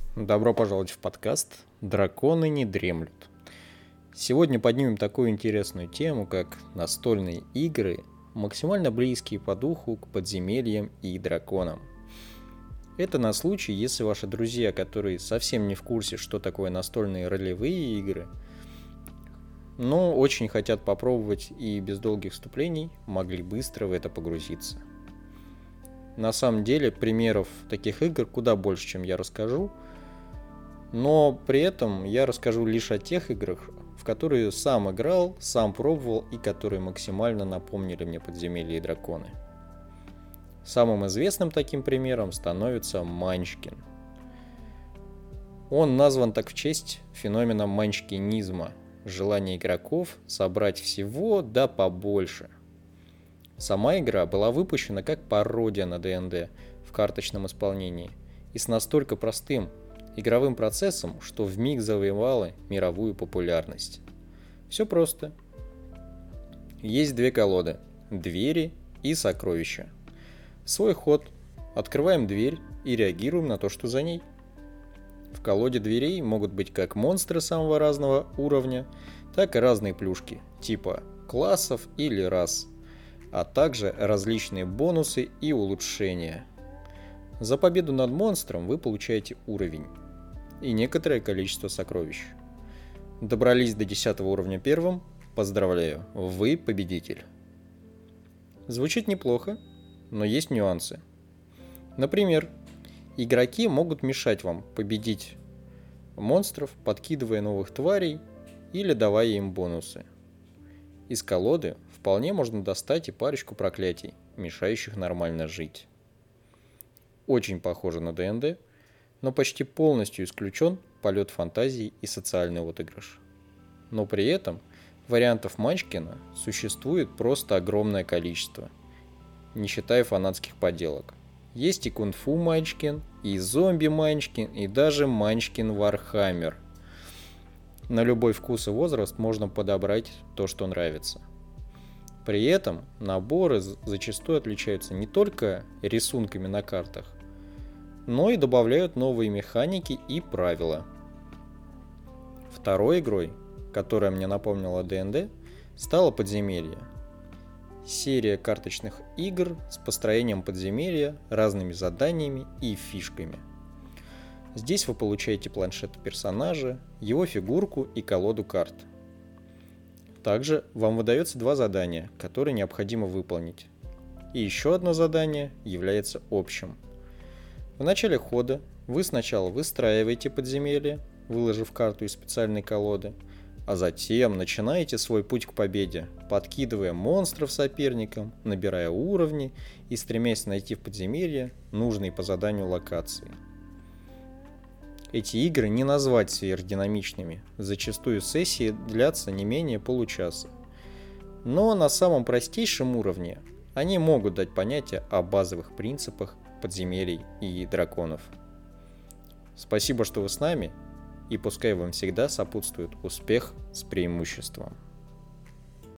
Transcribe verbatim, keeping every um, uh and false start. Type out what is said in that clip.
Добро пожаловать в подкаст «Драконы не дремлют». Сегодня поднимем такую интересную тему, как настольные игры, максимально близкие по духу к подземельям и драконам. Это на случай, если ваши друзья, которые совсем не в курсе, что такое настольные ролевые игры, но очень хотят попробовать и без долгих вступлений могли быстро в это погрузиться. На самом деле примеров таких игр куда больше, чем я расскажу, но при этом я расскажу лишь о тех играх, в которые сам играл, сам пробовал и которые максимально напомнили мне подземелья и драконы. Самым известным таким примером становится Манчкин. Он назван так в честь феномена манчкинизма, желания игроков собрать всего да побольше. Сама игра была выпущена как пародия на ди энд ди в карточном исполнении и с настолько простым игровым процессом, что вмиг завоевала мировую популярность. Все просто. Есть две колоды – двери и сокровища. В свой ход открываем дверь и реагируем на то, что за ней. В колоде дверей могут быть как монстры самого разного уровня, так и разные плюшки, типа классов или рас, а также различные бонусы и улучшения. За победу над монстром вы получаете уровень и некоторое количество сокровищ. Добрались до десятого уровня первым? Поздравляю, вы победитель. Звучит неплохо, но есть нюансы. Например, игроки могут мешать вам победить монстров, подкидывая новых тварей или давая им бонусы. Из колоды вполне можно достать и парочку проклятий, мешающих нормально жить. Очень похоже на ди энд ди, но почти полностью исключен полет фантазии и социальный отыгрыш. Но при этом вариантов Манчкина существует просто огромное количество, не считая фанатских поделок. Есть и кунг-фу Манчкин, и зомби Манчкин, и даже Манчкин Вархаммер. На любой вкус и возраст можно подобрать то, что нравится. При этом наборы зачастую отличаются не только рисунками на картах, но и добавляют новые механики и правила. Второй игрой, которая мне напомнила ди энд ди, стала Подземелье. Серия карточных игр с построением подземелья, разными заданиями и фишками. Здесь вы получаете планшет персонажа, его фигурку и колоду карт. Также вам выдается два задания, которые необходимо выполнить. И еще одно задание является общим. В начале хода вы сначала выстраиваете подземелье, выложив карту из специальной колоды, а затем начинаете свой путь к победе, подкидывая монстров соперникам, набирая уровни и стремясь найти в подземелье нужные по заданию локации. Эти игры не назвать сверхдинамичными, зачастую сессии длятся не менее получаса. Но на самом простейшем уровне они могут дать понятие о базовых принципах подземелий и драконов. Спасибо, что вы с нами, и пускай вам всегда сопутствует успех с преимуществом.